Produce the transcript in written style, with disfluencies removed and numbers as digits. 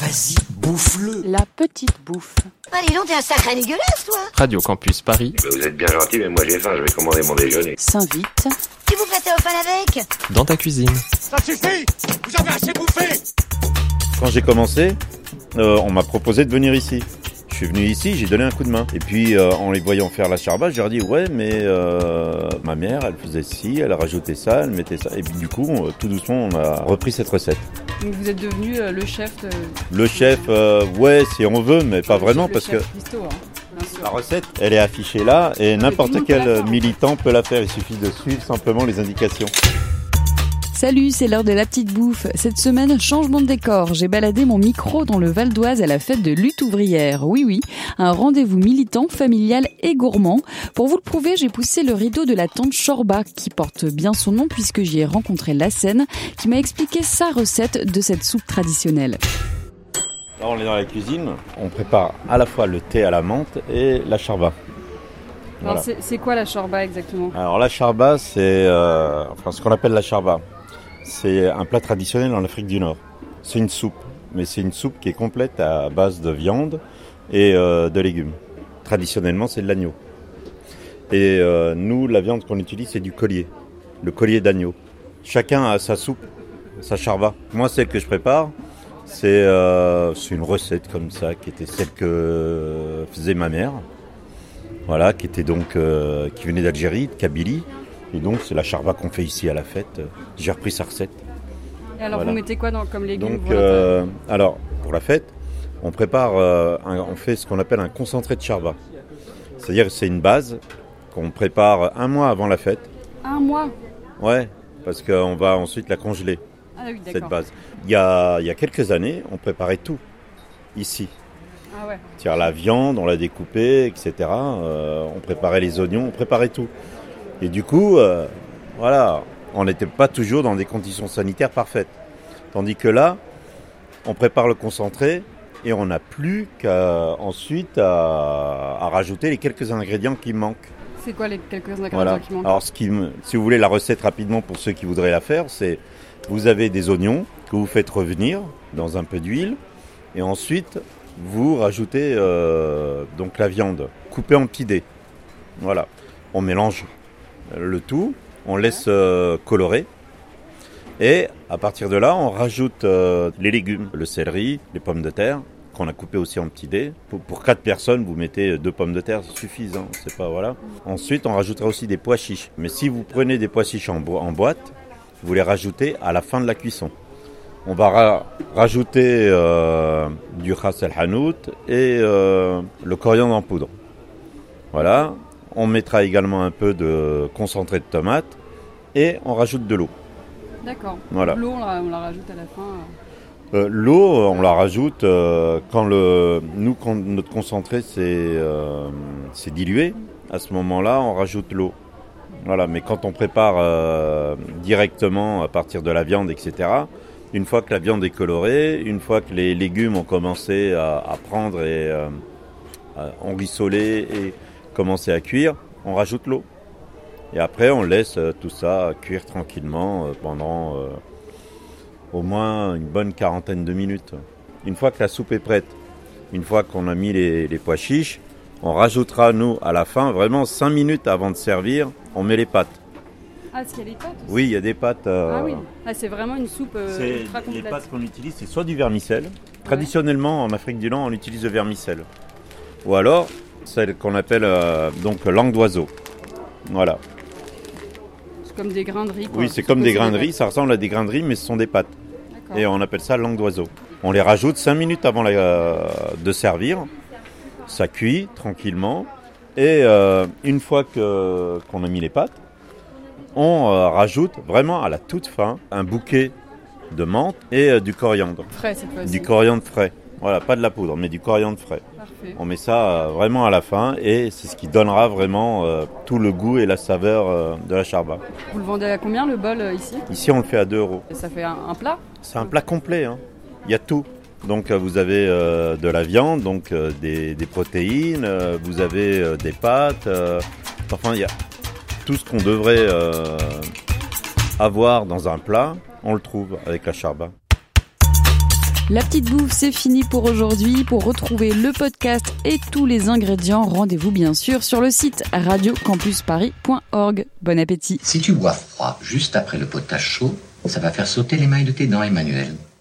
Vas-y, bouffe-le. La petite bouffe. Allez, donc t'es un sacré dégueulasse, toi. Radio Campus Paris. Vous êtes bien gentil, mais moi j'ai faim, je vais commander mon déjeuner. S'invite. Tu vous prêtez au fan avec? Dans ta cuisine. Ça suffit. Vous avez assez bouffé. Quand j'ai commencé, on m'a proposé de venir ici. Je suis venu ici, j'ai donné un coup de main. Et puis, en les voyant faire la charba, je leur ai dit, ouais, mais ma mère, elle faisait ci, elle rajoutait ça, elle mettait ça. Et puis, du coup, tout doucement, on a repris cette recette. Donc, vous êtes devenu le chef de... Le chef, ouais, si on veut, mais pas vraiment, parce que Christo, hein, bien sûr. la recette, elle est affichée là, et n'importe quel militant peut la faire. Il suffit de suivre simplement les indications. Salut, c'est l'heure de la petite bouffe. Cette semaine, changement de décor. J'ai baladé mon micro dans le Val d'Oise à la fête de lutte ouvrière. Oui, un rendez-vous militant, familial et gourmand. Pour vous le prouver, j'ai poussé le rideau de la tante Chorba, qui porte bien son nom puisque j'y ai rencontré Lassène, qui m'a expliqué sa recette de cette soupe traditionnelle. Là, on est dans la cuisine. On prépare à la fois le thé à la menthe et la charba. Alors, c'est quoi la chorba exactement? Alors la charba, c'est ce qu'on appelle la charba. C'est un plat traditionnel en Afrique du Nord. C'est une soupe, mais c'est une soupe qui est complète à base de viande et de légumes. Traditionnellement, c'est de l'agneau. Et nous, la viande qu'on utilise, c'est du collier, le collier d'agneau. Chacun a sa soupe, sa charba. Moi, celle que je prépare, c'est une recette comme ça, qui était celle que faisait ma mère. Voilà, qui était donc qui venait d'Algérie, de Kabylie. Et donc, c'est la charba qu'on fait ici à la fête. J'ai repris sa recette. Et alors, voilà. Vous mettez quoi comme légumes? Donc, alors, pour la fête, on prépare, on fait ce qu'on appelle un concentré de charba. C'est-à-dire que c'est une base qu'on prépare un mois avant la fête. Un mois? Ouais, parce qu'on va ensuite la congeler, Ah oui, d'accord. cette base. Il y a quelques années, on préparait tout ici. Ah ouais. C'est-à-dire la viande, on la découpait, etc. On préparait les oignons, on préparait tout. Et du coup, voilà, on n'était pas toujours dans des conditions sanitaires parfaites. Tandis que là, on prépare le concentré et on n'a plus qu'à ensuite à rajouter les quelques ingrédients qui manquent. C'est quoi les quelques ingrédients Voilà. qui manquent? Alors, si vous voulez la recette rapidement pour ceux qui voudraient la faire, c'est vous avez des oignons que vous faites revenir dans un peu d'huile et ensuite vous rajoutez donc la viande coupée en petits dés. Voilà, on mélange le tout, on laisse colorer et à partir de là on rajoute les légumes, le céleri, les pommes de terre qu'on a coupées aussi en petits dés. Pour 4 personnes vous mettez 2 pommes de terre, c'est suffisant, c'est pas voilà. Ensuite on rajoutera aussi des pois chiches, mais si vous prenez des pois chiches en boîte, vous les rajoutez à la fin de la cuisson. On va rajouter du ras el hanout et le coriandre en poudre. Voilà. On mettra également un peu de concentré de tomate et on rajoute de l'eau. D'accord. Voilà. L'eau, on la rajoute à la fin. L'eau, on la rajoute quand notre concentré c'est dilué. À ce moment-là, on rajoute l'eau. Voilà. Mais quand on prépare directement à partir de la viande, etc., une fois que la viande est colorée, une fois que les légumes ont commencé à prendre et à rissoler et commencer à cuire, on rajoute l'eau. Et après, on laisse tout ça cuire tranquillement pendant au moins une bonne quarantaine de minutes. Une fois que la soupe est prête, une fois qu'on a mis les pois chiches, on rajoutera, nous, à la fin, vraiment 5 minutes avant de servir, on met les pâtes. Ah, est-ce qu'il y a des pâtes aussi? Oui, il y a des pâtes. Ah oui, c'est vraiment une soupe ultra complète. Les pâtes qu'on utilise, c'est soit du vermicelle. Traditionnellement, en Afrique du Nord, on utilise le vermicelle. Ou alors, celle qu'on appelle donc langue d'oiseau. Voilà. C'est comme des grains de riz, quoi. Oui, c'est comme des grains de riz, ça ressemble à des grains de riz, mais ce sont des pâtes. D'accord. Et on appelle ça langue d'oiseau. On les rajoute 5 minutes avant de servir. Ça cuit tranquillement. Et une fois qu'on a mis les pâtes, on rajoute vraiment à la toute fin un bouquet de menthe et du coriandre. Frais cette fois-ci. Du coriandre frais. Voilà, pas de la poudre, mais du coriandre frais. Parfait. On met ça vraiment à la fin et c'est ce qui donnera vraiment tout le goût et la saveur de la charba. Vous le vendez à combien le bol ici? Ici, on le fait à 2 €. Ça fait un plat? C'est un plat complet, hein. Il y a tout. Donc vous avez de la viande, donc des protéines, vous avez des pâtes, enfin il y a tout ce qu'on devrait avoir dans un plat, on le trouve avec la charba. La petite bouffe, c'est fini pour aujourd'hui. Pour retrouver le podcast et tous les ingrédients, rendez-vous bien sûr sur le site radiocampusparis.org. Bon appétit. Si tu bois froid juste après le potage chaud, ça va faire sauter les mailles de tes dents, Emmanuel.